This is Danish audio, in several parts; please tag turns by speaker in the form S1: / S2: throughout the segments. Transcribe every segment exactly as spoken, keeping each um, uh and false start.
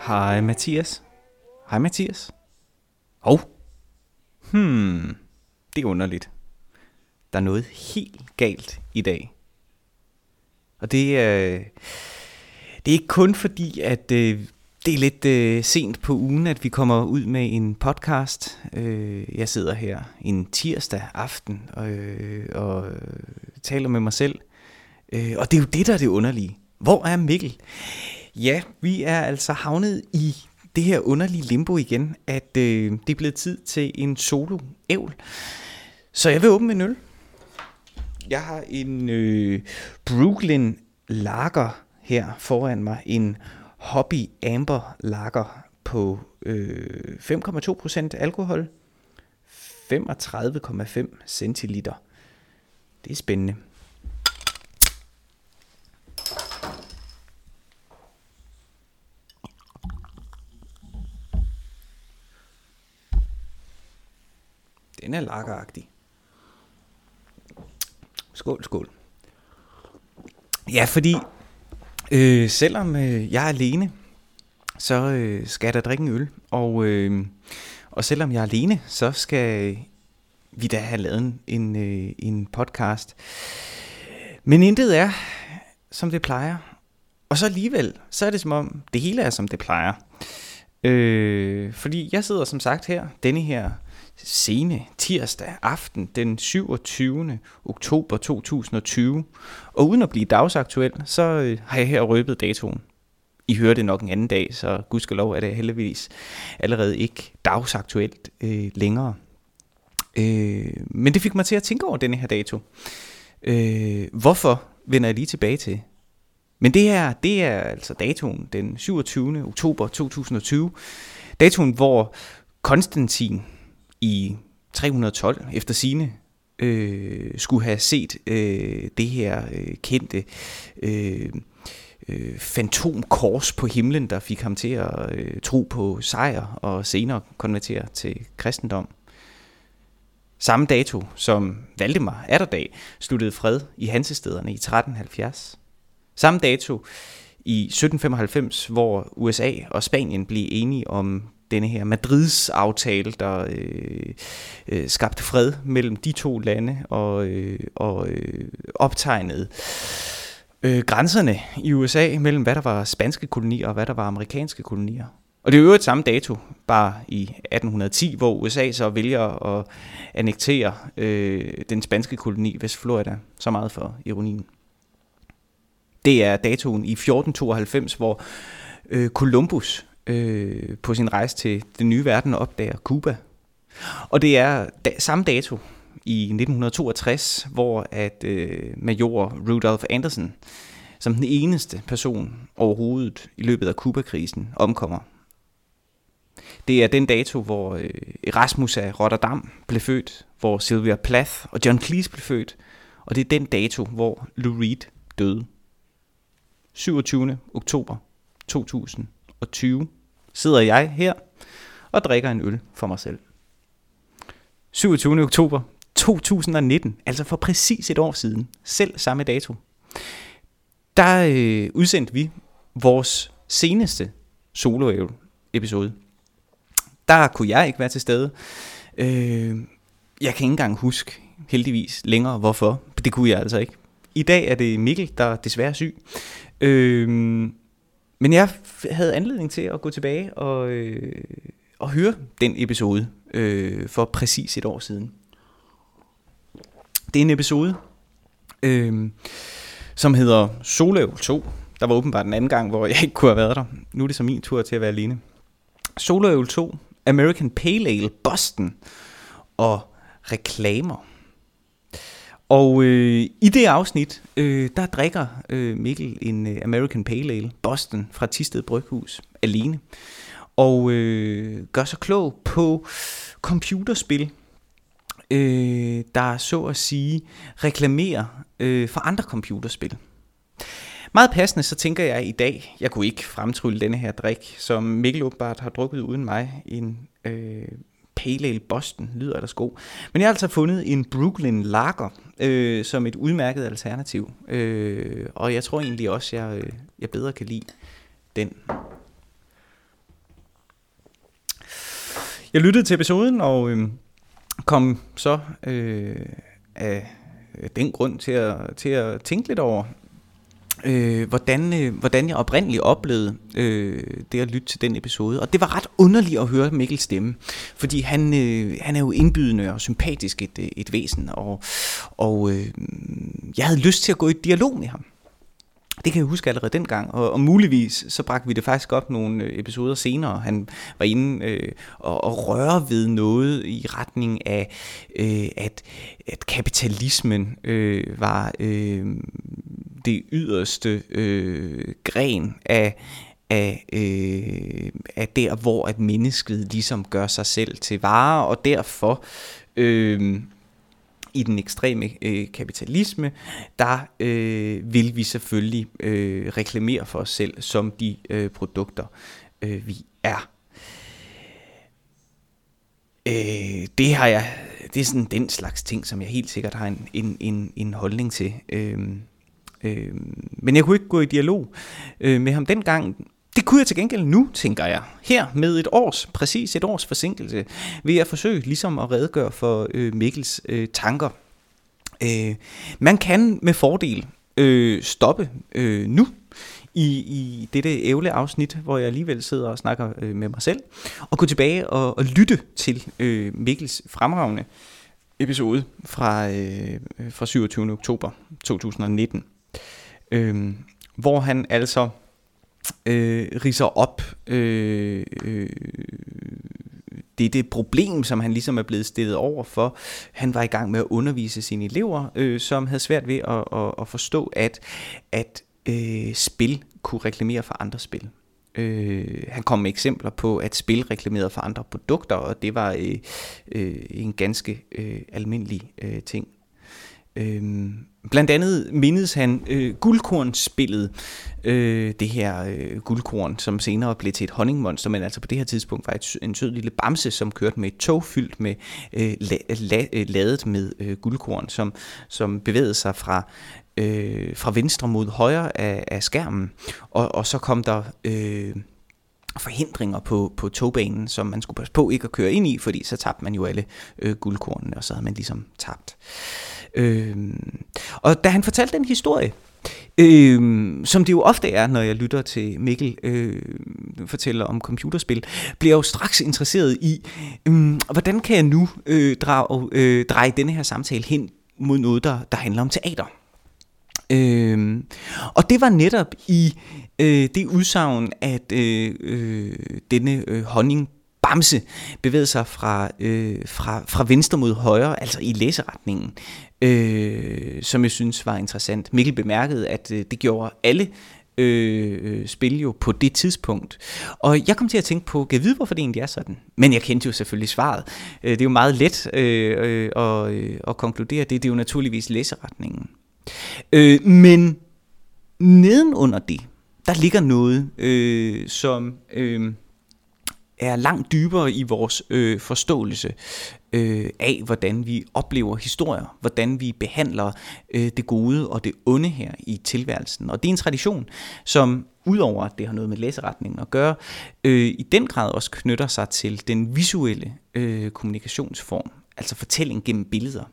S1: Hej Mathias. Hej Mathias. Hov. Hmm. Det er underligt. Der er noget helt galt i dag. Og det er, det er ikke kun fordi, at øh, det er lidt øh, sent på ugen, at vi kommer ud med en podcast. Øh, jeg sidder her en tirsdag aften og, øh, og øh, taler med mig selv. Øh, og det er jo det, der er det underlige. Hvor er Mikkel? Ja, vi er altså havnet i det her underlige limbo igen, at øh, det er blevet tid til en solo-ævl. Så jeg vil åbne en øl. Jeg har en øh, Brooklyn Lager her foran mig. En Hobby Amber Lager på øh, fem komma to procent alkohol. femogtredive komma fem centiliter. Det er spændende. Den er lageragtig. Skål, skål. Ja, fordi øh, selvom øh, jeg er alene, så øh, skal jeg da drikke en øl. Og, øh, og selvom jeg er alene, så skal vi da have lavet en, øh, en podcast. Men intet er, som det plejer. Og så alligevel, så er det som om, det hele er, som det plejer. Øh, fordi jeg sidder som sagt her, denne her sene tirsdag aften, den syvogtyvende oktober to tusind og tyve. Og uden at blive dagsaktuel, så øh, har jeg her røbet datoen. I hører det nok en anden dag, så gudskelov er det heldigvis allerede ikke dagsaktuelt øh, længere. Øh, men det fik mig til at tænke over denne her dato. Øh, hvorfor vender jeg lige tilbage til? Men det her, det er altså datoen, den syvogtyvende oktober to tusind og tyve. Datoen, hvor Konstantin i tre hundrede og tolv efter sigende øh, skulle have set øh, det her øh, kendte øh, øh, fantomkors på himlen, der fik ham til at øh, tro på sejr og senere konvertere til kristendom. Samme dato som Valdemar Atterdag sluttede fred i Hansestæderne i tretten halvfjerds. Samme dato i sytten femoghalvfems, hvor U S A og Spanien blev enige om denne her Madrids aftale, der øh, øh, skabte fred mellem de to lande og, øh, og øh, optegnede øh, grænserne i U S A mellem hvad der var spanske kolonier og hvad der var amerikanske kolonier. Og det er jo et samme dato, bare i atten ti, hvor U S A så vælger at annektere øh, den spanske koloni Vestflorida. Så meget for ironien. Det er datoen i fjorten tooghalvfems, hvor øh, Columbus øh, på sin rejse til den nye verden opdager Cuba. Og det er da, samme dato i nitten toogtres, hvor at øh, major Rudolph Anderson som den eneste person overhovedet i løbet af Cuba-krisen omkommer. Det er den dato, hvor øh, Erasmus af Rotterdam blev født, hvor Sylvia Plath og John Cleese blev født, og det er den dato, hvor Lou Reed døde. syvogtyvende oktober to tusind og tyve sidder jeg her og drikker en øl for mig selv. syvogtyvende oktober to tusind og nitten, altså for præcis et år siden, selv samme dato, der øh, udsendte vi vores seneste solo-episode. Der kunne jeg ikke være til stede. Øh, jeg kan ikke engang huske, heldigvis, længere hvorfor. Det kunne jeg altså ikke. I dag er det Mikkel, der desværre er syg. Øh, men jeg havde anledning til at gå tilbage og, øh, og høre den episode øh, for præcis et år siden. Det er en episode, øh, som hedder Solo to. Der var åbenbart en anden gang, hvor jeg ikke kunne have været der. Nu er det så min tur til at være alene. Solo to, American Pale Ale, Boston og reklamer. Og øh, i det afsnit, øh, der drikker øh, Mikkel en øh, American Pale Ale, Boston fra Thisted Bryghus, alene. Og øh, gør sig klog på computerspil, øh, der så at sige reklamerer øh, for andre computerspil. Meget passende, så tænker jeg i dag, jeg kunne ikke fremtrylle denne her drik, som Mikkel åbenbart har drukket uden mig, en øh, Pale Ale Boston, lyder ellers god. Men jeg har altså fundet en Brooklyn Lager øh, som et udmærket alternativ. Øh, og jeg tror egentlig også, jeg, jeg bedre kan lide den. jeg lyttede til episoden, og øh, kom så øh, af den grund til at, til at tænke lidt over, øh, hvordan, øh, hvordan jeg oprindeligt oplevede øh, det at lytte til den episode. Og det var ret underligt at høre Mikkels stemme, fordi han, øh, han er jo indbydende og sympatisk et, et væsen, og, og øh, jeg havde lyst til at gå i dialog med ham. Det kan jeg huske allerede dengang, og, og muligvis så bragte vi det faktisk op nogle episoder senere. Han var inde øh, og, og røre ved noget i retning af, øh, at, at kapitalismen øh, var øh, det yderste øh, gren af, af, øh, af der, hvor at mennesket ligesom gør sig selv til vare, og derfor... Øh, I den ekstreme øh, kapitalisme, der øh, vil vi selvfølgelig øh, reklamere for os selv som de øh, produkter, øh, vi er. Øh, det har jeg, det er sådan den slags ting, som jeg helt sikkert har en, en, en, en holdning til. Øh, øh, men jeg kunne ikke gå i dialog øh, med ham dengang. Det kunne jeg til gengæld nu, tænker jeg. Her med et års, præcis et års forsinkelse, vil jeg forsøge ligesom at redegøre for øh, Mikkels øh, tanker. Øh, man kan med fordel øh, stoppe øh, nu i, i dette ævle afsnit, hvor jeg alligevel sidder og snakker øh, med mig selv, og gå tilbage og, og lytte til øh, Mikkels fremragende episode fra, øh, fra syvogtyvende oktober to tusind og nitten, øh, hvor han altså øh, ridser op øh, øh, det er det problem, som han ligesom er blevet stillet over for. Han var i gang med at undervise sine elever, øh, som havde svært ved at, at, at forstå, at, at øh, spil kunne reklamere for andre spil. Øh, han kom med eksempler på, at spil reklamerede for andre produkter, og det var øh, øh, en ganske øh, almindelig øh, ting. Øhm, blandt andet mindes han øh, guldkornspillet, øh, det her øh, guldkorn, som senere blev til et honningmonster, men altså på det her tidspunkt var et, en sød lille bamse, som kørte med et tog fyldt med øh, la, la, ladet med øh, guldkorn, som, som bevægede sig fra, øh, fra venstre mod højre af, af skærmen, og, og så kom der øh, forhindringer på, på togbanen, som man skulle passe på ikke at køre ind i, fordi så tabte man jo alle øh, guldkornene, og så havde man ligesom tabt. Øh, og da han fortalte den historie, øh, som det jo ofte er, når jeg lytter til Mikkel øh, fortæller om computerspil, bliver jeg jo straks interesseret i, øh, hvordan kan jeg nu øh, drage, øh, dreje denne her samtale hen mod noget, der, der handler om teater. Øh, og det var netop i øh, det udsagn, at øh, øh, denne øh, honning Bamse bevægede sig fra, øh, fra, fra venstre mod højre, altså i læseretningen, øh, som jeg synes var interessant. Mikkel bemærkede, at øh, det gjorde alle øh, spil jo på det tidspunkt. Og jeg kom til at tænke på, kan jeg vide, hvorfor det egentlig er sådan? Men jeg kendte jo selvfølgelig svaret. Øh, det er jo meget let øh, øh, at, øh, at konkludere det. Det er jo naturligvis læseretningen. Øh, men nedenunder det, der ligger noget, øh, som... Øh, er langt dybere i vores øh, forståelse øh, af, hvordan vi oplever historier, hvordan vi behandler øh, det gode og det onde her i tilværelsen. Og det er en tradition, som udover at det har noget med læseretningen at gøre, øh, i den grad også knytter sig til den visuelle øh, kommunikationsform, altså fortælling gennem billeder.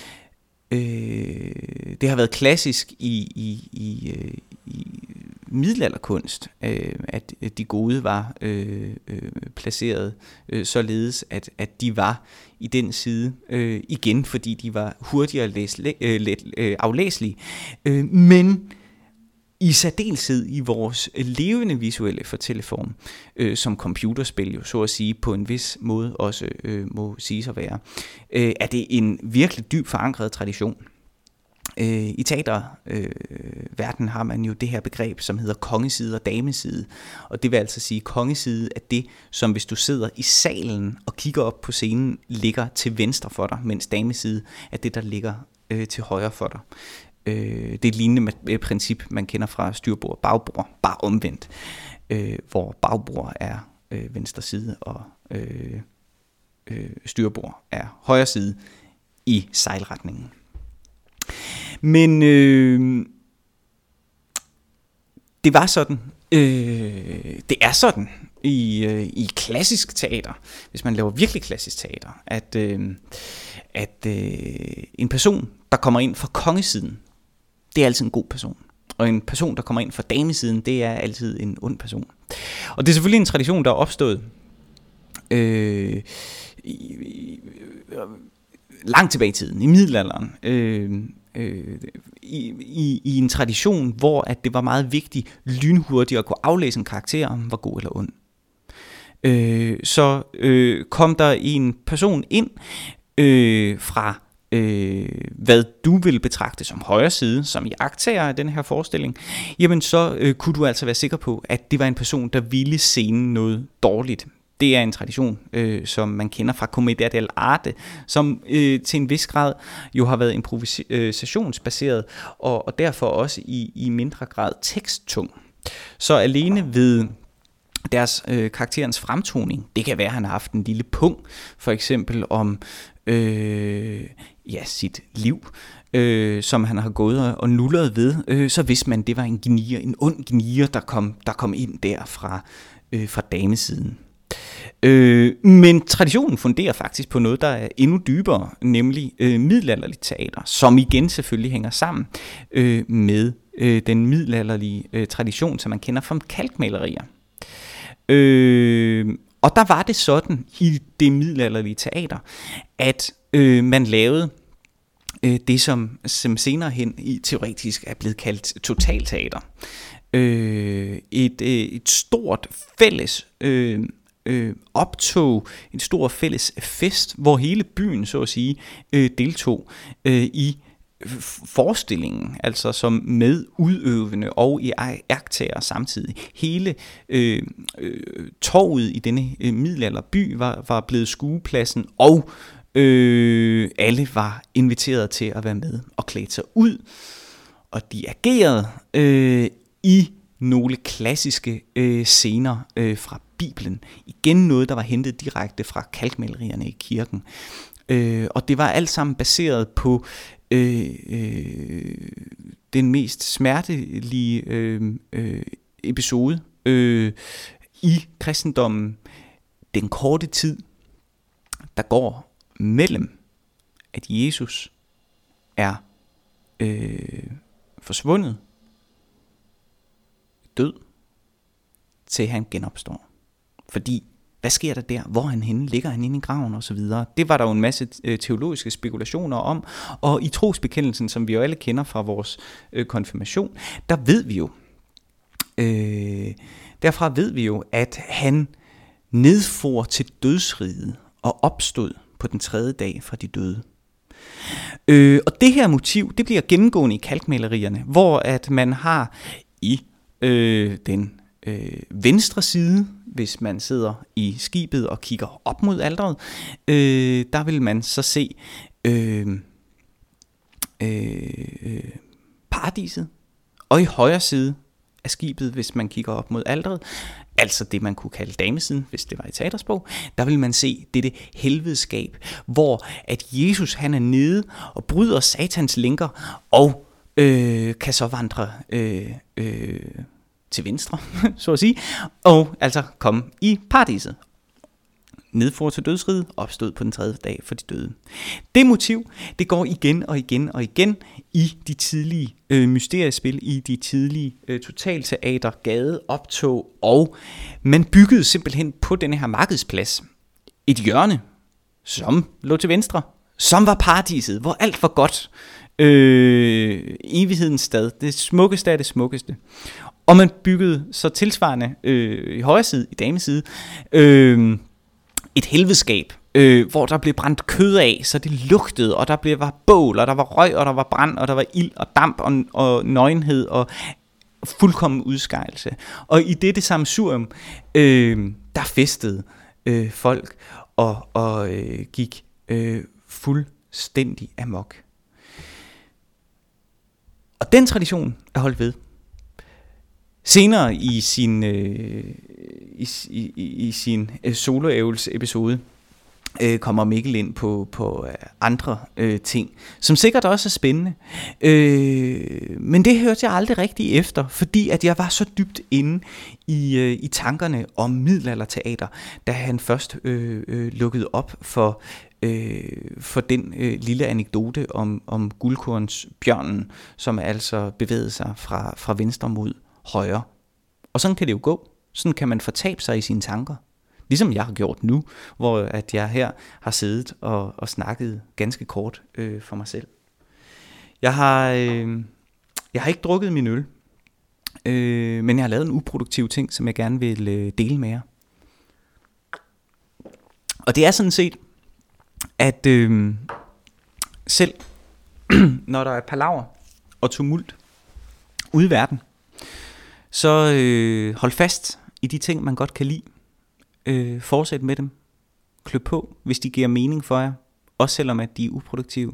S1: Øh, det har været klassisk i, i, i, i middelalderkunst, øh, at de gode var øh, øh, placeret øh, således, at, at de var i den side øh, igen, fordi de var hurtigere læsle, øh, let, øh, aflæselige. Øh, men i særdeleshed i vores levende visuelle fortælleform, øh, som computerspil jo så at sige på en vis måde også øh, må siges at være, øh, er det en virkelig dybt forankret tradition. Øh, I teaterverdenen øh, har man jo det her begreb, som hedder kongeside og dameside, og det vil altså sige, at kongeside er det, som hvis du sidder i salen og kigger op på scenen, ligger til venstre for dig, mens dameside er det, der ligger øh, til højre for dig. Øh, det er et lignende princip, man kender fra styrbord og bagbord, bare omvendt, øh, hvor bagbord er øh, venstre side, og øh, øh, styrbord er højre side i sejlretningen. Men øh, det var sådan, øh, det er sådan i, øh, i klassisk teater, hvis man laver virkelig klassisk teater, at, øh, at øh, en person, der kommer ind fra kongesiden, det er altid en god person. Og en person, der kommer ind fra damesiden, det er altid en ond person. Og det er selvfølgelig en tradition, der er opstået øh, i, i, langt tilbage i tiden, i middelalderen, øh, øh, i, i, i en tradition, hvor at det var meget vigtigt lynhurtigt at kunne aflæse en karakter, om var god eller ond. Øh, så øh, kom der en person ind øh, fra øh, hvad du vil betragte som højre side, som iagttager af den her forestilling, jamen så øh, kunne du altså være sikker på, at det var en person, der ville scene noget dårligt. Det er en tradition, øh, som man kender fra Commedia dell'arte, som øh, til en vis grad jo har været improvisationsbaseret, og, og derfor også i, i mindre grad teksttung. Så alene ved deres øh, karakterens fremtoning, det kan være, at han har haft en lille punkt, for eksempel om øh, ja, sit liv, øh, som han har gået og nullet ved, øh, så vidste man, det var en gnier, en ond gnier, der kom, der kom ind der fra, øh, fra damesiden. Øh, men traditionen funderer faktisk på noget, der er endnu dybere, nemlig øh, middelalderligt teater, som igen selvfølgelig hænger sammen øh, med øh, den middelalderlige øh, tradition, som man kender fra kalkmalerier. Øh, og der var det sådan i det middelalderlige teater, at øh, man lavede øh, det, som, som senere hen i teoretisk er blevet kaldt totalteater. Øh, et, øh, et stort fælles øh, øh, optog, en stor fælles fest, hvor hele byen, så at sige, øh, deltog øh, i forestillingen, altså som medudøvende og i iagttager samtidig. Hele øh, øh, torvet i denne øh, middelalderby var, var blevet skuepladsen, og øh, alle var inviteret til at være med og klæde sig ud, og de agerede øh, i nogle klassiske øh, scener øh, fra Bibelen. Igen noget, der var hentet direkte fra kalkmalerierne i kirken. Øh, og det var alt sammen baseret på øh, øh, den mest smertelige øh, øh, episode øh, i kristendommen. Den korte tid, der går mellem, at Jesus er øh, forsvundet, død, til han genopstår. Fordi, hvad sker der der? Hvor er han henne? Ligger han inde i graven og så videre? Det var der jo en masse øh, teologiske spekulationer om, og i trosbekendelsen, som vi jo alle kender fra vores øh, konfirmation, der ved vi jo, øh, derfra ved vi jo, at han nedfor til dødsriget og opstod på den tredje dag fra de døde. Øh, og det her motiv, det bliver gennemgående i kalkmalerierne, hvor at man har i øh, den øh, venstre side, hvis man sidder i skibet og kigger op mod alteret, øh, der vil man så se øh, øh, paradiset, og i højre side af skibet, hvis man kigger op mod alteret, altså det man kunne kalde damesiden, hvis det var i teatersprog, der vil man se dette helvedeskab, hvor at Jesus han er nede og bryder satans lænker, og øh, kan så vandre øh, øh, til venstre, så at sige, og altså komme i paradiset. Nedfor til dødsriget, opstod på den tredje dag for de døde. Det motiv, det går igen og igen og igen i de tidlige øh, mysteriespil, i de tidlige øh, totalteater, gade, optog, og man byggede simpelthen på denne her markedsplads et hjørne, som lå til venstre, som var paradiset, hvor alt var godt. Øh, evighedens stad, det smukkeste af det smukkeste. Og man byggede så tilsvarende øh, i højre side, i dameside, øh, et helvedeskab, øh, hvor der blev brændt kød af, så det lugtede, og der blev, var bål, og der var røg, og der var brand, og der var ild og damp, og, og nøgenhed, og fuldkommen udskejelse. Og i dette sammensurium, øh, der festede øh, folk, og, og øh, gik øh, fuldstændig amok. Og den tradition er holdt ved. Senere i sin, øh, i, i, i sin soloævelse episode, øh, kommer Mikkel ind på, på øh, andre øh, ting, som sikkert også er spændende. Øh, men det hørte jeg aldrig rigtig efter, fordi at jeg var så dybt inde i, øh, i tankerne om middelalderteater, da han først øh, øh, lukkede op for, øh, for den øh, lille anekdote om, om guldkornsbjørnen, som altså bevægede sig fra, fra venstre mod højre. Og sådan kan det jo gå. Sådan kan man fortabe sig i sine tanker. Ligesom jeg har gjort nu, hvor at jeg her har siddet og, og snakket ganske kort øh, for mig selv. Jeg har, øh, jeg har ikke drukket min øl, øh, men jeg har lavet en uproduktiv ting, som jeg gerne vil øh, dele med jer. Og det er sådan set, at øh, selv når der er palaver og tumult ude i verden, så øh, hold fast i de ting, man godt kan lide. Øh, fortsæt med dem. Klø på, hvis de giver mening for jer. Også selvom at de er uproduktive.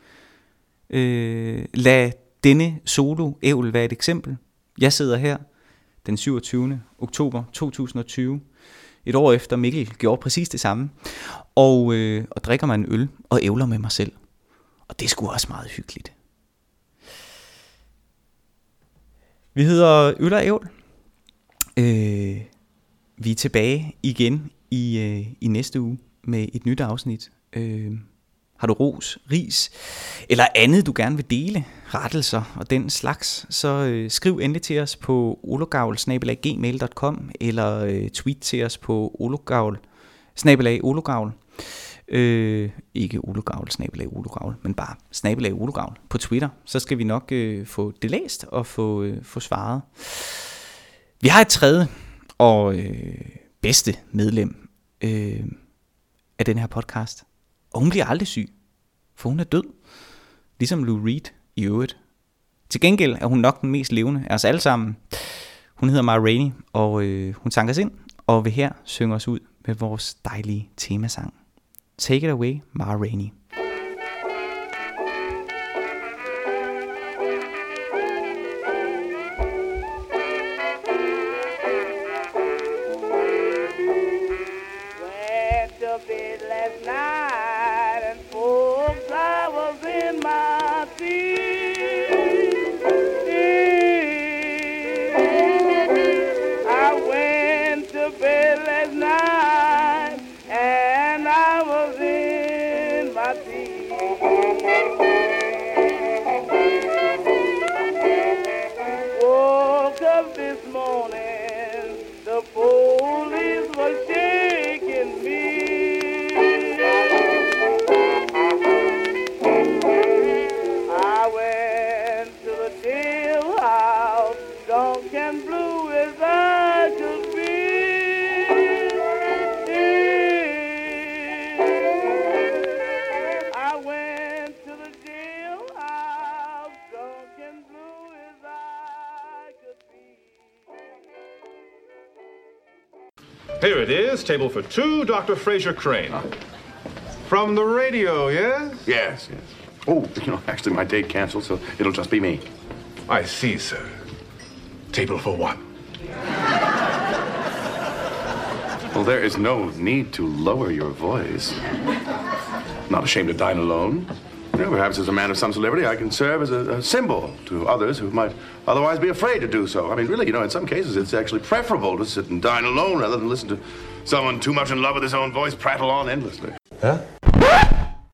S1: Øh, lad denne solo-ævl være et eksempel. Jeg sidder her den syvogtyvende oktober to tusind og tyve. Et år efter Mikkel gjorde præcis det samme. Og, øh, og drikker mig en øl og ævler med mig selv. Og det er sgu også meget hyggeligt. Vi hedder Øl og Ævl. Øh, vi er tilbage igen i, øh, i næste uge med et nyt afsnit. Øh, har du ros, ris eller andet du gerne vil dele, rettelser og den slags, så øh, skriv endelig til os på ologavl snabel-a gmail punktum com eller øh, tweet til os på ologavl snabel-a ologavl. Øh, ikke ologavl snabel-a ologavl, men bare snabel-a ologavl på Twitter. Så skal vi nok øh, få det læst og få, øh, få svaret. Vi har et tredje og øh, bedste medlem øh, af den her podcast. Og hun bliver aldrig syg, for hun er død. Ligesom Lou Reed i øvrigt. Til gengæld er hun nok den mest levende af os alle sammen. Hun hedder Ma Rainey, og øh, hun sang os ind, og vil her synge os ud med vores dejlige temasang. Take it away, Ma Rainey.
S2: Here it is, table for two, Doctor Fraser Crane. From the radio, yes?
S3: Yes, yes. Oh, you know, actually my date canceled, so it'll just be me.
S2: I see, sir. Table for one.
S3: Well, there is no need to lower your voice. Not ashamed to dine alone. You know, perhaps as a man of some celebrity, I can serve as a, a symbol to others who might otherwise be afraid to do so. I mean, really, you know, in some cases, it's actually preferable to sit and dine alone rather than listen to someone too much in love with his own voice prattle on endlessly.
S2: Huh?